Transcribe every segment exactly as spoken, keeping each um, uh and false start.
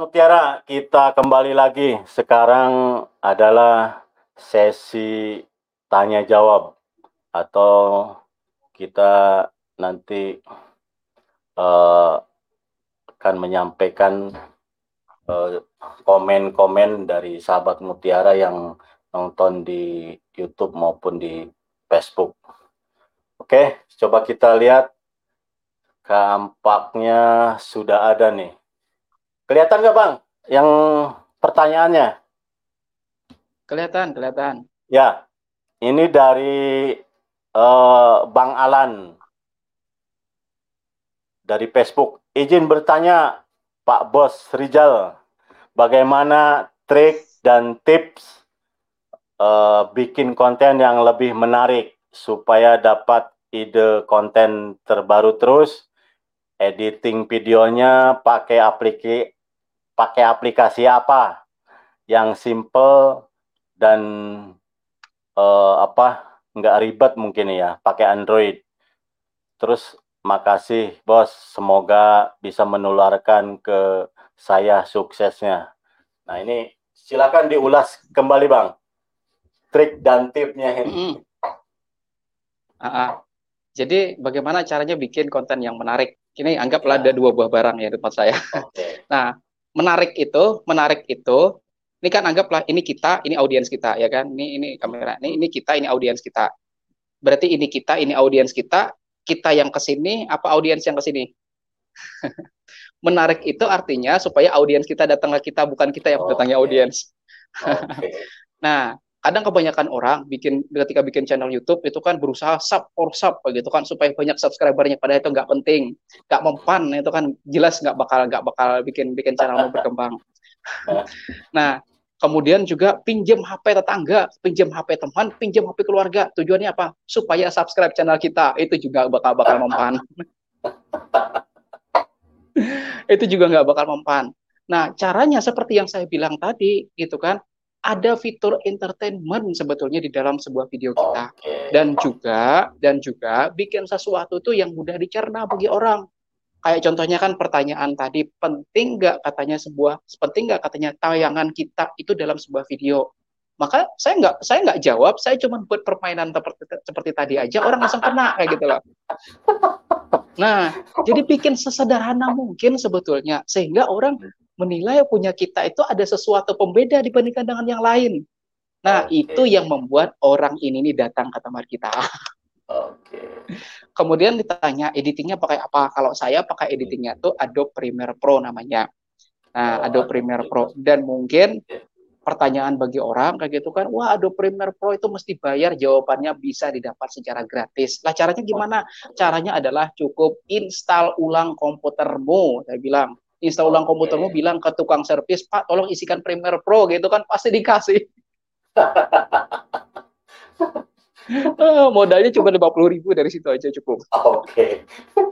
Mutiara, kita kembali lagi. Sekarang adalah sesi tanya jawab atau kita nanti uh, akan menyampaikan uh, komen-komen dari sahabat Mutiara yang nonton di YouTube maupun di Facebook. Oke, coba kita lihat. Kampaknya sudah ada nih. Kelihatan nggak, Bang, yang pertanyaannya? Kelihatan, kelihatan. Ya, ini dari uh, Bang Alan dari Facebook. Izin bertanya, Pak Bos Rizal, bagaimana trik dan tips uh, bikin konten yang lebih menarik supaya dapat ide konten terbaru terus? Editing videonya pakai aplikasi pakai aplikasi apa yang simple dan uh, apa nggak ribet mungkin ya, pakai Android. Terus makasih Bos, semoga bisa menularkan ke saya suksesnya. Nah ini silakan diulas kembali Bang, trik dan tipnya ini. Mm-mm. Ah, ah. Jadi bagaimana caranya bikin konten yang menarik? Ini anggaplah Ya, ada dua buah barang ya depan saya. oke. Nah, menarik itu, menarik itu, ini kan anggaplah ini kita, ini audiens kita, ya kan? Ini ini kamera, ini ini kita, ini audiens kita. Berarti ini kita, ini audiens kita, kita yang ke sini, apa audiens yang ke sini? Menarik itu artinya supaya audiens kita datang ke kita, bukan kita yang mendatangi Oke, audiens. oke. Nah, kadang kebanyakan orang bikin ketika bikin channel YouTube itu kan berusaha sub for sub begitu kan supaya banyak subscribernya, padahal itu nggak penting, nggak mempan, itu kan jelas nggak bakal nggak bakal bikin bikin channelmu berkembang. Nah, kemudian juga pinjam H P tetangga, pinjam H P teman, pinjam H P keluarga. Tujuannya apa? Supaya subscribe channel kita. Itu juga bakal bakal mempan. Itu juga nggak bakal mempan. Nah, caranya seperti yang saya bilang tadi, gitu kan? Ada fitur entertainment sebetulnya di dalam sebuah video kita. Oke. Dan juga dan juga bikin sesuatu itu yang mudah dicerna bagi orang. Kayak contohnya kan pertanyaan tadi, penting nggak katanya sebuah penting nggak katanya tayangan kita itu dalam sebuah video. Maka saya nggak saya nggak jawab, saya cuma buat permainan seperti seperti tadi aja, orang langsung kena kayak gitu loh. Nah, jadi bikin sesederhana mungkin sebetulnya sehingga orang menilai punya kita itu ada sesuatu pembeda dibandingkan dengan yang lain. Nah, itu Oke. yang membuat orang ini nih datang ke tempat kita. Oke. Kemudian ditanya editingnya pakai apa? Kalau saya pakai editingnya tuh Adobe Premiere Pro namanya. Nah, Oh, Adobe ada Premiere terima. Pro. Dan mungkin pertanyaan bagi orang kayak gitu kan, wah Adobe Premiere Pro itu mesti bayar, jawabannya bisa didapat secara gratis. Lah caranya gimana? Caranya adalah cukup install ulang komputermu, saya bilang. Install ulang komputermu, Oke. bilang ke tukang servis, Pak tolong isikan Premiere Pro gitu kan, pasti dikasih. Uh, modalnya cuma lima puluh ribu, dari situ aja cukup. Oke.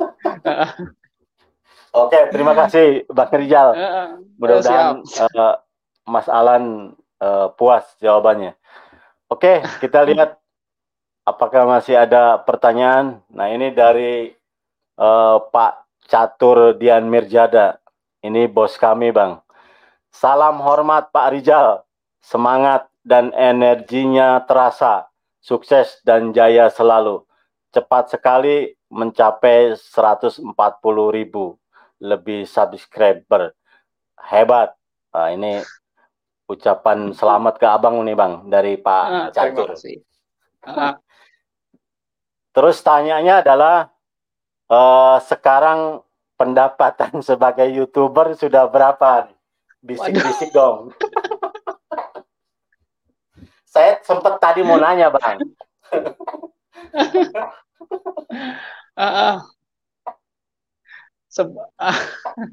Oke, terima kasih Bang Rizal. Uh, uh, Mudah-mudahan siap. uh, Mas Alan uh, puas jawabannya. Oke, kita lihat apakah masih ada pertanyaan. Nah, ini dari uh, Pak Catur Dian Mirjada. Ini bos kami, Bang. Salam hormat Pak Rizal. Semangat dan energinya terasa. Sukses dan jaya selalu. Cepat sekali mencapai seratus empat puluh ribu lebih subscriber. Hebat. Nah, ini ucapan selamat ke abang nih Bang dari Uh, Pak terima Catur. kasih. Uh, Terus tanyanya adalah eh, sekarang pendapatan sebagai YouTuber sudah berapa? waduh. Bisik-bisik dong. Saya sempat tadi mau nanya Bang. Uh, uh, se- uh,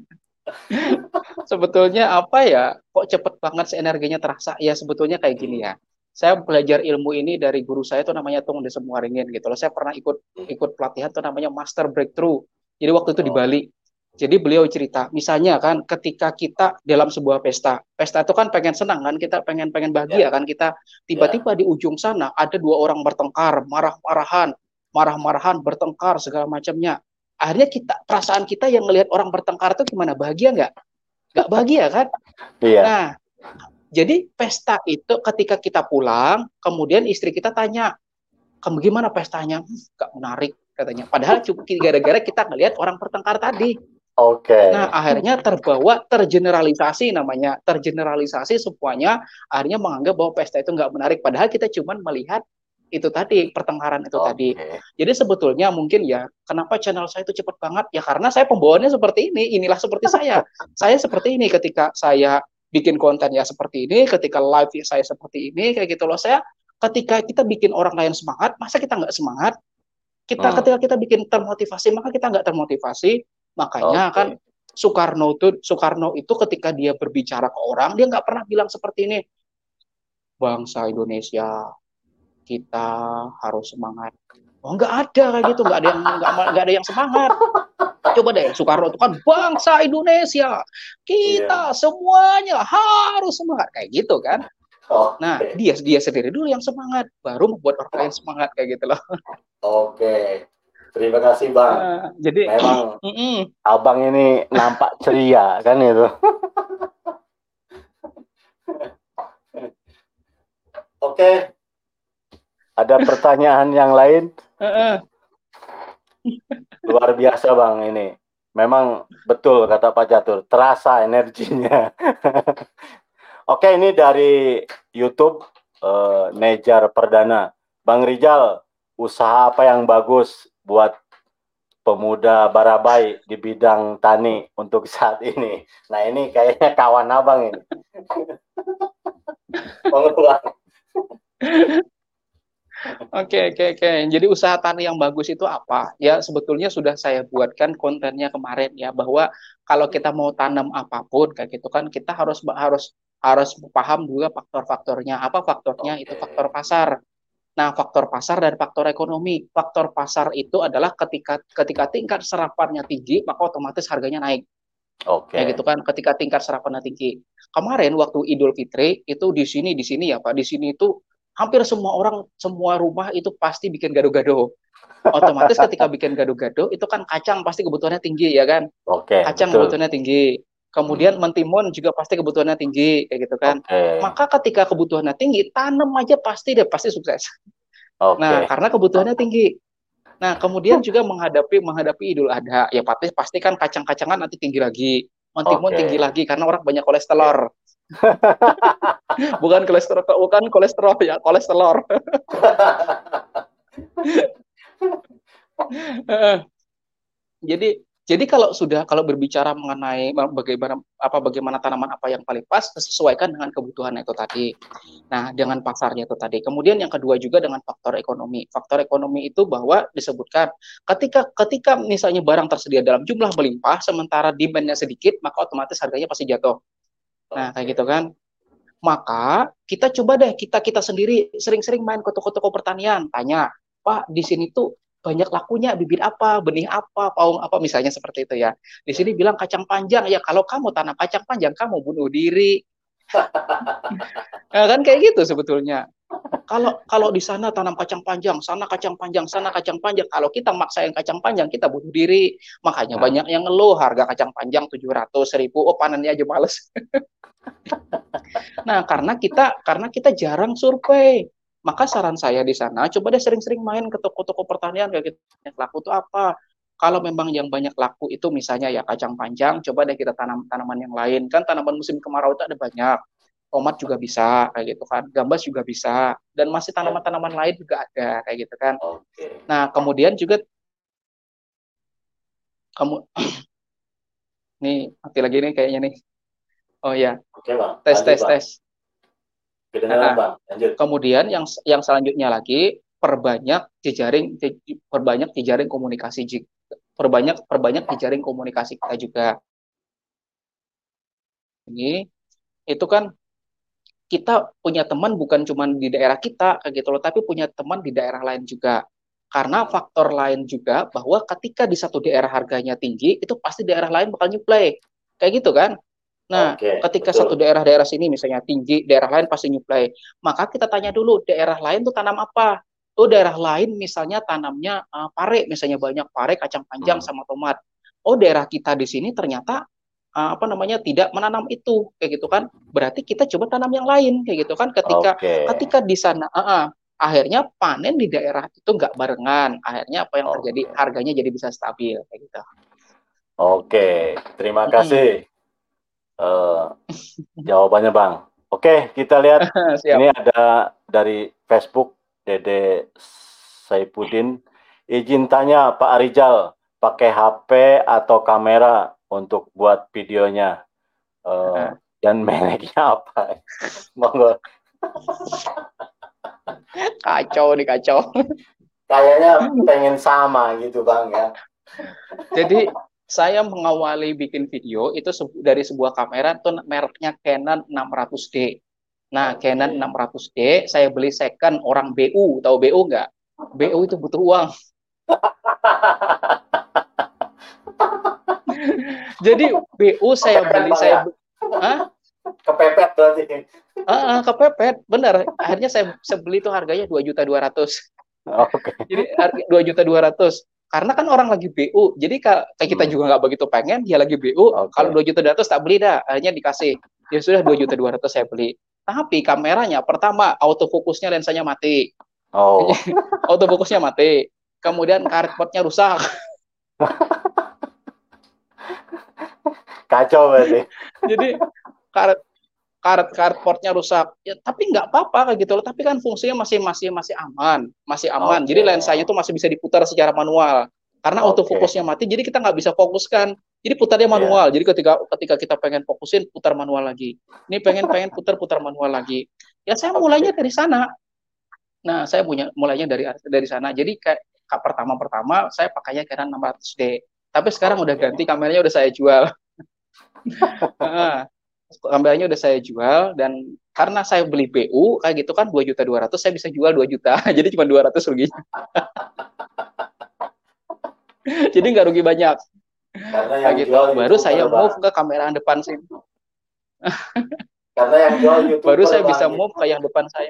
sebetulnya apa ya, kok cepet banget sih energinya terasa ya, sebetulnya kayak gini ya, saya belajar ilmu ini dari guru saya tuh namanya Tung Desemuaringin gitu loh. Saya pernah ikut ikut pelatihan tuh namanya Master Breakthrough, jadi waktu itu di Oh, Bali. Jadi beliau cerita, misalnya kan ketika kita dalam sebuah pesta, pesta itu kan pengen senang kan, kita pengen pengen bahagia ya, kan, kita ya. tiba-tiba di ujung sana ada dua orang bertengkar, marah-marahan, marah-marahan, bertengkar segala macamnya. Akhirnya kita, perasaan kita yang ngelihat orang bertengkar itu gimana, bahagia nggak? nggak bahagia kan? Iya. Nah, jadi pesta itu ketika kita pulang, kemudian istri kita tanya, kamu gimana pestanya? "Hmm, nggak menarik," katanya. Padahal cuma gara-gara kita ngelihat orang bertengkar tadi. Oke. Nah, akhirnya terbawa, tergeneralisasi namanya. Tergeneralisasi semuanya, akhirnya menganggap bahwa pesta itu nggak menarik. Padahal kita cuma melihat itu tadi, pertengkaran itu tadi. Oke. Jadi sebetulnya mungkin ya, kenapa channel saya itu cepat banget? Ya karena saya pembawaannya seperti ini, inilah seperti saya. Saya seperti ini ketika saya bikin konten ya seperti ini, ketika live ya saya seperti ini, kayak gitu loh. Saya ketika kita bikin orang lain semangat, masa kita nggak semangat? Kita Hmm. ketika kita bikin termotivasi, maka kita nggak termotivasi. Makanya kan Oke. Soekarno itu Soekarno itu ketika dia berbicara ke orang, dia nggak pernah bilang seperti ini, bangsa Indonesia kita harus semangat. Oh, nggak ada kayak gitu, nggak ada yang nggak nggak ada yang semangat. Coba deh, Soekarno itu kan bangsa Indonesia, Iya. kita semuanya harus semangat kayak gitu kan. Nah, Oke. dia dia sendiri dulu yang semangat, baru membuat orang lain semangat kayak gitu loh. Oke. Terima kasih, Bang. Uh, jadi, Memang mm -mm. Abang ini nampak ceria kan itu. Oke. Ada pertanyaan yang lain? Uh -uh. Luar biasa, Bang, ini. Memang betul kata Pak Catur, terasa energinya. Oke, ini dari YouTube uh, Nejar Perdana. Bang Rijal, usaha apa yang bagus buat pemuda Barabai di bidang tani untuk saat ini? Nah, ini kayaknya kawan Abang ini. Pengulang. Oke, oke, oke. Jadi usaha tani yang bagus itu apa? Ya, sebetulnya sudah saya buatkan kontennya kemarin ya, bahwa kalau kita mau tanam apapun kayak gitu kan, kita harus harus harus paham juga faktor-faktornya. Apa faktornya? Itu Oke. faktor pasar. Nah, faktor pasar dan faktor ekonomi. Faktor pasar itu adalah ketika ketika tingkat serapannya tinggi, maka otomatis harganya naik. Kayak Oke. gitu kan, ketika tingkat serapannya tinggi. Kemarin waktu Idul Fitri itu di sini di sini ya Pak, di sini itu hampir semua orang, semua rumah itu pasti bikin gado-gado. Otomatis ketika bikin gado-gado itu kan kacang pasti kebutuhannya tinggi ya kan. Oke, Kacang betul. kebutuhannya tinggi. Kemudian Hmm. mentimun juga pasti kebutuhannya tinggi kayak gitu kan. Oke. Maka ketika kebutuhannya tinggi, tanam aja pasti deh pasti sukses. Nah, Oke. karena kebutuhannya tinggi. Nah, kemudian juga menghadapi menghadapi Idul Adha, ya pasti pasti kan kacang-kacangan nanti tinggi lagi, mentimun tinggi Oke. lagi karena orang banyak Ya. kolesterol. Bukan kolesterol, bukan kolesterol ya, kolesterol. jadi jadi kalau sudah kalau berbicara mengenai bagaimana apa bagaimana tanaman apa yang paling pas, sesuaikan dengan kebutuhan itu tadi. Nah, dengan pasarnya itu tadi. Kemudian yang kedua juga dengan faktor ekonomi. Faktor ekonomi itu bahwa disebutkan ketika ketika misalnya barang tersedia dalam jumlah melimpah sementara demand-nya sedikit, maka otomatis harganya pasti jatuh. Nah, kayak gitu Oke. kan. Maka kita coba deh kita kita sendiri sering-sering main ke toko-toko pertanian, tanya, Pak di sini tuh banyak lakunya bibit apa, benih apa, paung apa misalnya seperti itu ya. Di Ya. sini bilang kacang panjang ya, kalau kamu tanam kacang panjang kamu bunuh diri. Nah, kan kayak gitu sebetulnya. Kalau kalau di sana tanam kacang panjang, sana kacang panjang, sana kacang panjang. Kalau kita maksain kacang panjang, kita bunuh diri. Makanya Nah, banyak yang ngeluh harga kacang panjang tujuh ratus ribu, oh panennya aja males. Nah, karena kita karena kita jarang survei. Maka saran saya di sana, coba deh sering-sering main ke toko-toko pertanian kayak gitu. Yang laku itu apa? Kalau memang yang banyak laku itu misalnya ya kacang panjang, coba deh kita tanam tanaman yang lain. Kan tanaman musim kemarau itu ada banyak. Tomat juga bisa kayak gitu kan. Gambas juga bisa dan masih ya. tanaman-tanaman lain juga ada kayak gitu kan. Oke. Nah, kemudian juga kamu nih mati lagi nih kayaknya nih. Oh ya, Oke, Bang. tes Lanjut, tes Bang. tes. Kedengaran, Nah, Bang. Lanjut. kemudian yang yang selanjutnya lagi perbanyak jejaring perbanyak jejaring komunikasi perbanyak perbanyak jejaring komunikasi kita juga. Ini itu kan kita punya teman bukan cuma di daerah kita kayak gitu loh, tapi punya teman di daerah lain juga. Karena faktor lain juga bahwa ketika di satu daerah harganya tinggi, itu pasti daerah lain bakal nyuplai. Kayak gitu kan? Nah, Oke, ketika satu betul. daerah-daerah sini misalnya tinggi, daerah lain pasti nyuplai. Maka kita tanya dulu, daerah lain tuh tanam apa? Tuh daerah lain misalnya tanamnya uh, pare, misalnya banyak pare, kacang panjang Hmm. sama tomat. Oh, daerah kita di sini ternyata apa namanya tidak menanam itu kayak gitu kan, berarti kita coba tanam yang lain kayak gitu kan. Ketika Oke. ketika di sana uh, uh, akhirnya panen di daerah itu nggak barengan, akhirnya apa yang terjadi, Oke. harganya jadi bisa stabil kayak gitu. Oke. Terima Mm-mm. kasih eh, jawabannya Bang. Oke, kita lihat Siap. ini ada dari Facebook Dede Saipudin. Izin tanya Pak Rizal, pakai H P atau kamera untuk buat videonya? Eh, Uh, dan mereknya apa? Monggo. kacau nih kacau. Kayaknya pengen sama gitu Bang ya. Jadi saya mengawali bikin video itu se- dari sebuah kamera tuh mereknya Canon enam ratus D. Nah, Canon Oke. enam ratus D saya beli second orang B U. Tahu B U nggak? B U itu butuh uang. Jadi B U saya Kepepet beli, Bang saya ya. be- Hah? Kepepet berarti. Ah, ah, kepepet, bener. Akhirnya saya, saya beli itu harganya dua juta dua ratus. Oke. Jadi harga dua juta dua ratus. Karena kan orang lagi B U, jadi kayak kita Hmm. juga nggak begitu pengen, dia lagi B U, kalau Oke. dua juta dua ratus tak beli dah, akhirnya dikasih. Ya sudah dua juta dua ratus saya beli. Tapi kameranya pertama autofokusnya lensanya mati. Oh. Autofokusnya mati. Kemudian karet potnya rusak. Kacau berarti. Jadi karet karet karet portnya rusak. Ya, tapi nggak apa-apa kayak gitu loh. Tapi kan fungsinya masih masih masih aman, masih aman. Jadi Oke. lensanya itu masih bisa diputar secara manual. Karena Oke. autofokusnya mati, jadi kita nggak bisa fokuskan. Jadi putarnya Ya. manual. Jadi ketika ketika kita pengen fokusin, putar manual lagi. Ini pengen pengen putar putar manual lagi. Ya saya mulainya Oke. dari sana. Nah saya punya mulainya dari dari sana. Jadi kayak pertama pertama saya pakainya Canon enam ratus D. Tapi sekarang udah Oke. ganti, kameranya udah saya jual. Kameranya udah saya jual, dan karena saya beli B U kayak gitu kan dua juta dua ratus, saya bisa jual dua juta. Jadi cuma dua ratus ruginya. Jadi nggak rugi banyak. Karena Kayak yang gitu. jual Baru YouTuber, saya Bang. move ke kamera depan sini. Karena yang jual Baru YouTuber, saya Bang. bisa move ke yang depan saya.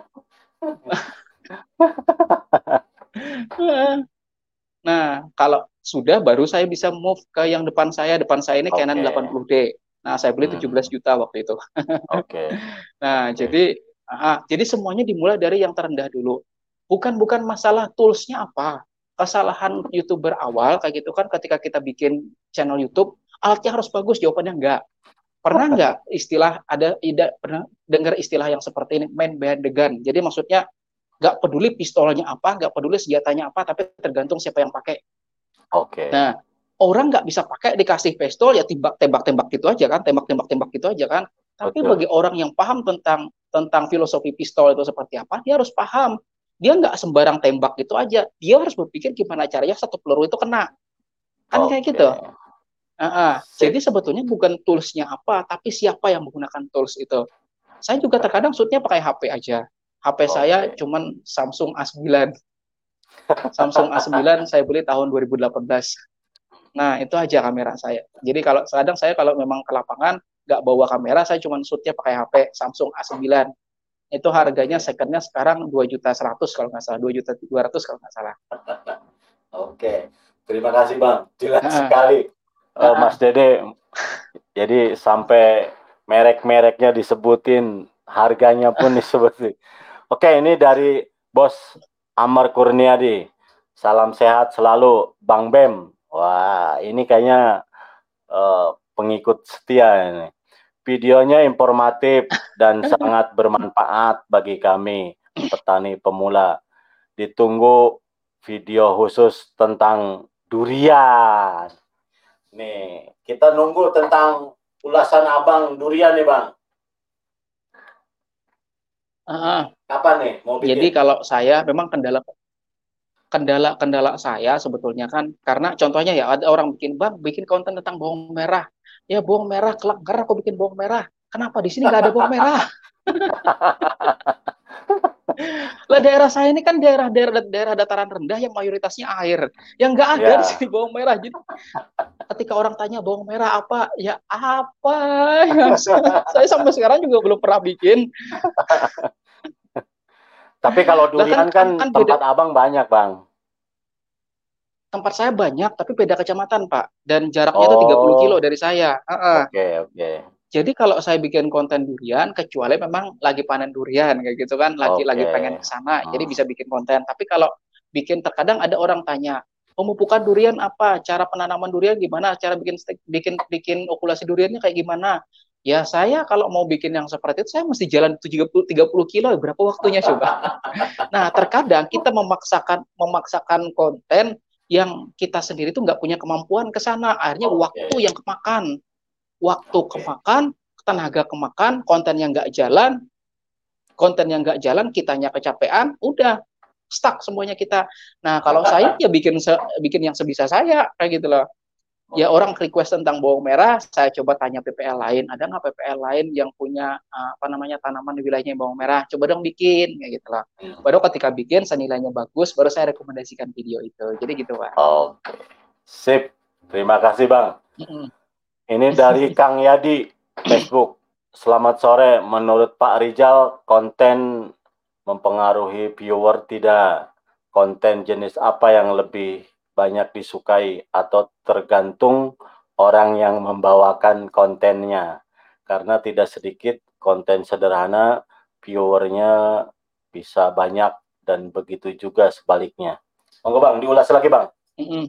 Nah, kalau sudah baru saya bisa move ke yang depan saya. Depan saya ini Canon Oke. delapan puluh D. Nah, saya beli tujuh belas Hmm. juta waktu itu. Oke. Nah, Oke. jadi ah, jadi semuanya dimulai dari yang terendah dulu. Bukan bukan masalah toolsnya apa. Kesalahan YouTuber awal kayak gitu kan, ketika kita bikin channel YouTube, alatnya harus bagus. Jawabannya enggak. Pernah enggak istilah ada tidak pernah dengar istilah yang seperti ini, man behind the gun. Jadi maksudnya nggak peduli pistolnya apa, nggak peduli senjatanya apa, tapi tergantung siapa yang pakai. Oke. Nah, orang nggak bisa pakai, dikasih pistol ya tembak tembak tembak gitu aja kan, tembak tembak tembak gitu aja kan. Tapi Betul. bagi orang yang paham tentang tentang filosofi pistol itu seperti apa, dia harus paham. Dia nggak sembarang tembak gitu aja. Dia harus berpikir gimana caranya satu peluru itu kena. Kan kayak Oke. gitu. Uh-uh. Jadi Sip. sebetulnya bukan toolsnya apa, tapi siapa yang menggunakan tools itu. Saya juga terkadang shootnya pakai H P aja. H P saya Oke. cuman Samsung A sembilan. Samsung A sembilan saya beli tahun dua ribu delapan belas. Nah, itu aja kamera saya. Jadi kalau kadang saya kalau memang ke lapangan nggak bawa kamera, saya cuma shootnya pakai H P Samsung A sembilan. Itu harganya Oke. secondnya sekarang dua juta seratus kalau nggak salah, dua juta dua ratus kalau nggak salah. Oke. Terima kasih, Bang. Jelas Nah, sekali. Eh, nah, Mas Dede, jadi sampai merek-mereknya disebutin, harganya pun disebutin. Oke, ini dari Bos Amar Kurniadi. Salam sehat selalu, Bang Bem. Wah, ini kayaknya eh, pengikut setia ini. Videonya informatif dan sangat bermanfaat bagi kami, petani pemula. Ditunggu video khusus tentang durian. Nih, kita nunggu tentang ulasan Abang durian nih, Bang. nah. Kapan nih mau Jadi bikin? kalau saya memang kendala kendala-kendala saya sebetulnya kan karena contohnya ya ada orang bikin, bang bikin konten tentang bawang merah, ya bawang merah kelanggar aku bikin bawang merah, kenapa di sini nggak ada bawang merah. Lah daerah saya ini kan daerah daerah daerah dataran rendah yang mayoritasnya air, yang nggak ada di Ya, sini bawang merah. Jadi ketika orang tanya bawang merah apa, ya apa ya, saya sampai sekarang juga belum pernah bikin. tapi kalau Lah kan durian kan, kan kan beda. tempat Abang banyak, Bang. tempat saya banyak, tapi beda kecamatan, Pak. Dan jaraknya itu tiga puluh kilo Oh, dari saya. Uh-uh. oke, oke. Jadi kalau saya bikin konten durian, kecuali memang lagi panen durian, kayak gitu kan, lagi lagi Oke. pengen ke sana, jadi Hmm. bisa bikin konten. Tapi kalau bikin, terkadang ada orang tanya, pemupukan durian apa? Cara penanaman durian gimana? Cara bikin stek- bikin bikin okulasi duriannya kayak gimana? Ya saya kalau mau bikin yang seperti itu, saya mesti jalan tiga puluh tiga puluh kilo, berapa waktunya coba? Nah, terkadang kita memaksakan memaksakan konten yang kita sendiri tuh nggak punya kemampuan ke sana, akhirnya Oke, waktu yang kemakan, waktu oke. kemakan, tenaga kemakan, konten yang nggak jalan, konten yang nggak jalan, kitanya kecapean, udah stuck semuanya kita. Nah, kalau saya ya bikin se bikin yang sebisa saya kayak gitu loh. Ya orang Oke. request tentang bawang merah, saya coba tanya P P L lain, ada nggak P P L lain yang punya uh, apa namanya tanaman di wilayahnya bawang merah? Coba dong bikin, kayak gitu lah. Hmm. Baru ketika bikin, senilainya bagus, baru saya rekomendasikan video itu. Jadi gitu, Pak. Oke. Sip. Terima kasih, Bang. Mm-mm. Ini dari Kang Yadi, Facebook. Selamat sore. Menurut Pak Rizal, konten mempengaruhi viewer tidak? Konten jenis apa yang lebih banyak disukai atau tergantung orang yang membawakan kontennya? Karena tidak sedikit konten sederhana, viewernya bisa banyak dan begitu juga sebaliknya. Monggo Bang, diulas lagi Bang. Mm-mm.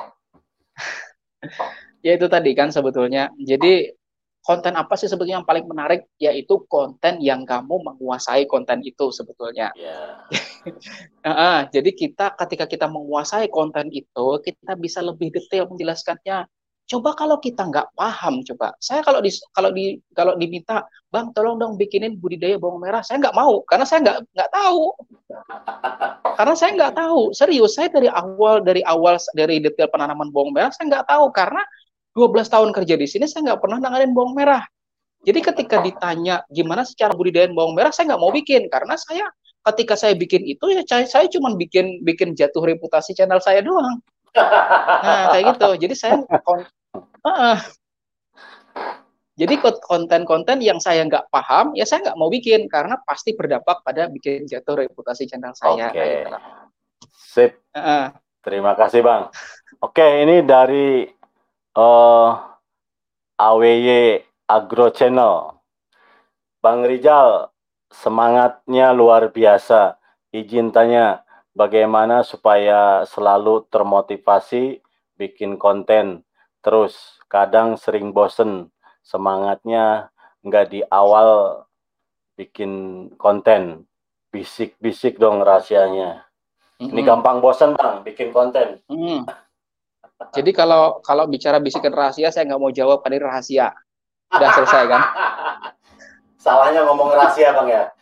Ya itu tadi kan sebetulnya. Jadi konten apa sih sebetulnya yang paling menarik? Yaitu konten yang kamu menguasai konten itu sebetulnya. Ya. Nah, jadi kita ketika kita menguasai konten itu, kita bisa lebih detail menjelaskannya. Coba kalau kita nggak paham, coba. Saya kalau di kalau di kalau diminta, Bang, tolong dong bikinin budidaya bawang merah, saya nggak mau karena saya nggak nggak tahu. Karena saya nggak tahu, serius. Saya dari awal dari awal dari detail penanaman bawang merah saya nggak tahu karena dua belas tahun kerja di sini saya nggak pernah nanganin bawang merah. Jadi ketika ditanya gimana secara budidaya bawang merah, saya nggak mau bikin karena saya ketika saya bikin itu ya saya, saya cuma bikin bikin jatuh reputasi channel saya doang. Nah kayak gitu. Jadi saya kon uh, jadi konten-konten yang saya nggak paham ya saya nggak mau bikin karena pasti berdampak pada bikin jatuh reputasi channel saya kayak gitu Oke. lah. Sip. Uh, Terima kasih Bang. Oke, ini dari uh, A W Y Agro Channel. Bang Rizal, semangatnya luar biasa. Izin tanya, bagaimana supaya selalu termotivasi bikin konten? Terus, kadang sering bosen. Semangatnya nggak di awal bikin konten. Bisik-bisik dong rahasianya. mm Ini -mm, gampang bosen Bang, bikin konten. mm -mm. Jadi kalau kalau bicara bisikan rahasia saya nggak mau jawab pada rahasia. Udah selesai kan? Salahnya ngomong rahasia Bang ya.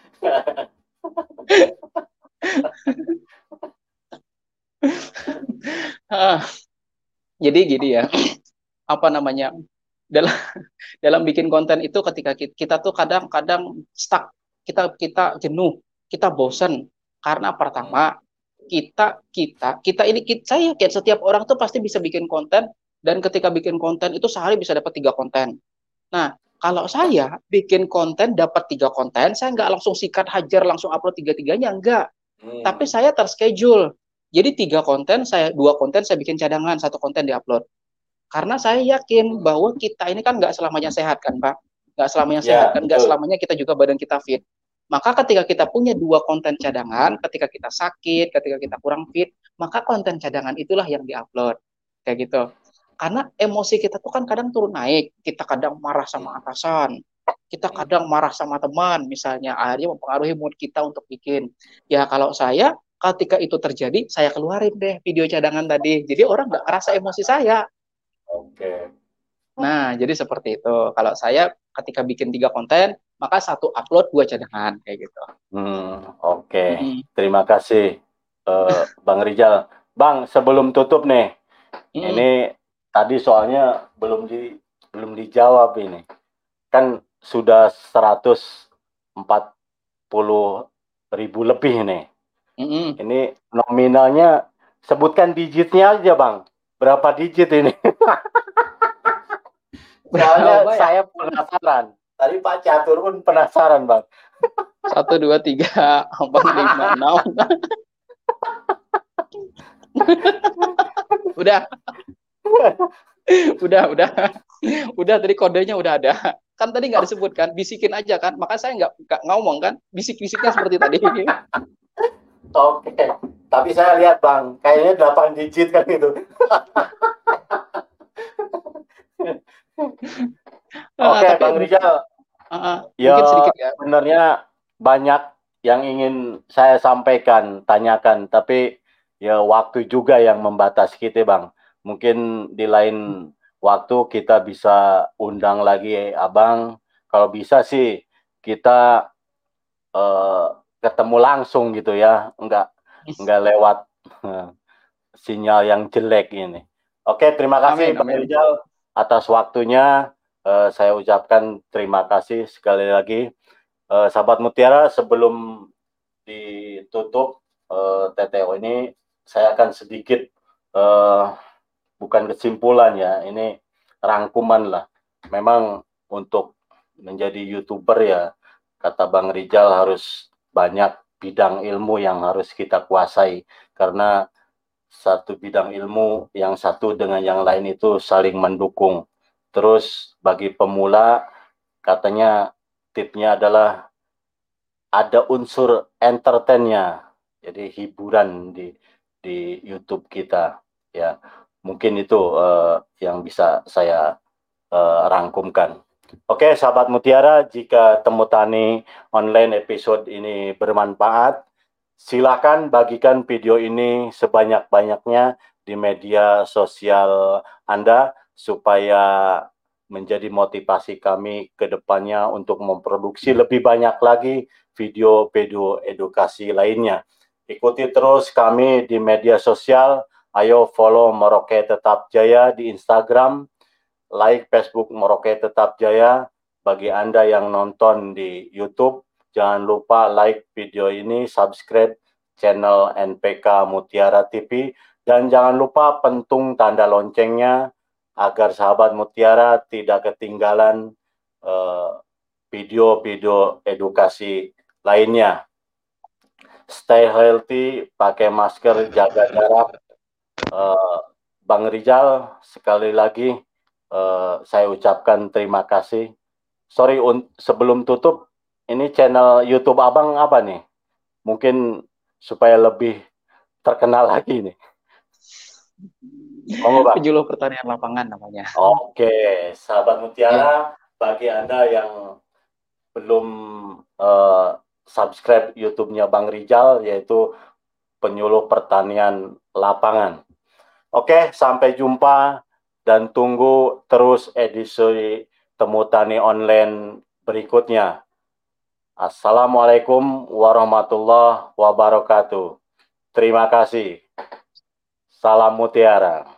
Jadi gini ya, apa namanya? Dalam dalam bikin konten itu ketika kita tuh kadang-kadang stuck, kita kita jenuh, kita bosen karena pertama kita kita kita ini kita, saya yakin setiap orang tuh pasti bisa bikin konten dan ketika bikin konten itu sehari bisa dapat tiga konten. Nah, kalau saya bikin konten dapat tiga konten, saya nggak langsung sikat hajar langsung upload tiga-tiganya, enggak. Tapi Hmm. saya terschedule. Jadi tiga konten, saya dua konten saya bikin cadangan, satu konten diupload. Karena saya yakin bahwa kita ini kan nggak selamanya sehat kan, Pak. Nggak selamanya sehat Ya, kan, nggak betul. selamanya kita juga badan kita fit. Maka ketika kita punya dua konten cadangan, ketika kita sakit, ketika kita kurang fit, maka konten cadangan itulah yang diupload. Kayak gitu. Karena emosi kita tuh kan kadang turun naik. Kita kadang marah sama atasan. Kita kadang marah sama teman, misalnya. Akhirnya mempengaruhi mood kita untuk bikin. Ya kalau saya, ketika itu terjadi, saya keluarin deh video cadangan tadi. Jadi orang nggak ngerasa emosi saya. Oke. Nah, jadi seperti itu. Kalau saya ketika bikin tiga konten, maka satu upload, dua cadangan. Kayak gitu. Hmm, oke. Mm-mm. Terima kasih, eh, Bang Rizal. Bang, sebelum tutup nih, Mm-mm. ini tadi soalnya belum di belum dijawab ini. Kan sudah seratus empat puluh ribu lebih nih. Mm-mm. Ini nominalnya, sebutkan digitnya aja, Bang. Berapa digit ini? Soalnya Berapa ya? saya penasaran. Tadi Pak Catur pun penasaran, Bang. Satu, dua, tiga, empat, lima, enam. Udah, udah, udah, udah tadi kodenya udah ada. Kan tadi nggak disebut kan, bisikin aja kan. Maka saya nggak nggak ngomong kan, bisik-bisiknya seperti tadi. Oke, tapi saya lihat Bang, kayaknya delapan digit kan itu. Uh, Oke, tapi Bang mungkin, Rizal, uh, mungkin ya sedikit ya. sebenarnya banyak yang ingin saya sampaikan, tanyakan, tapi ya waktu juga yang membatasi kita, Bang. Mungkin di lain waktu kita bisa undang lagi Abang. Kalau bisa sih kita eh, ketemu langsung gitu ya, nggak nggak lewat eh, sinyal yang jelek ini. Oke, terima kasih Amin, Bang amin. Rizal atas waktunya. Eh, saya ucapkan terima kasih sekali lagi. Eh, sahabat Mutiara, sebelum ditutup eh, T T O ini, saya akan sedikit eh, bukan kesimpulan ya, ini rangkuman lah. Memang untuk menjadi YouTuber ya, kata Bang Rizal harus banyak bidang ilmu yang harus kita kuasai. Karena satu bidang ilmu yang satu dengan yang lain itu saling mendukung. Terus bagi pemula, katanya tipsnya adalah ada unsur entertainnya, jadi hiburan di di YouTube kita ya. Mungkin itu eh, yang bisa saya eh, rangkumkan. Oke, sahabat Mutiara, jika Temu Tani online episode ini bermanfaat, silakan bagikan video ini sebanyak-banyaknya di media sosial Anda supaya menjadi motivasi kami ke depannya untuk memproduksi lebih banyak lagi video-video edukasi lainnya. Ikuti terus kami di media sosial. Ayo follow Merauke Tetap Jaya di Instagram, like Facebook Merauke Tetap Jaya. Bagi Anda yang nonton di YouTube, jangan lupa like video ini, subscribe channel N P K Mutiara T V, dan jangan lupa pentung tanda loncengnya agar sahabat Mutiara tidak ketinggalan eh, video-video edukasi lainnya. Stay healthy, pakai masker, jaga jarak. Eh, Bang Rizal, sekali lagi eh, saya ucapkan terima kasih. Sorry, un- sebelum tutup, ini channel YouTube Abang apa nih? Mungkin supaya lebih terkenal lagi nih. Monggo Bang. Penyuluh pertanian lapangan namanya. Oke, sahabat Ya, Mutiara, bagi Anda yang belum eh, subscribe YouTube-nya Bang Rizal, yaitu penyuluh pertanian lapangan. Oke, sampai jumpa dan tunggu terus edisi Temu Tani Online berikutnya. Assalamualaikum warahmatullahi wabarakatuh. Terima kasih. Salam Mutiara.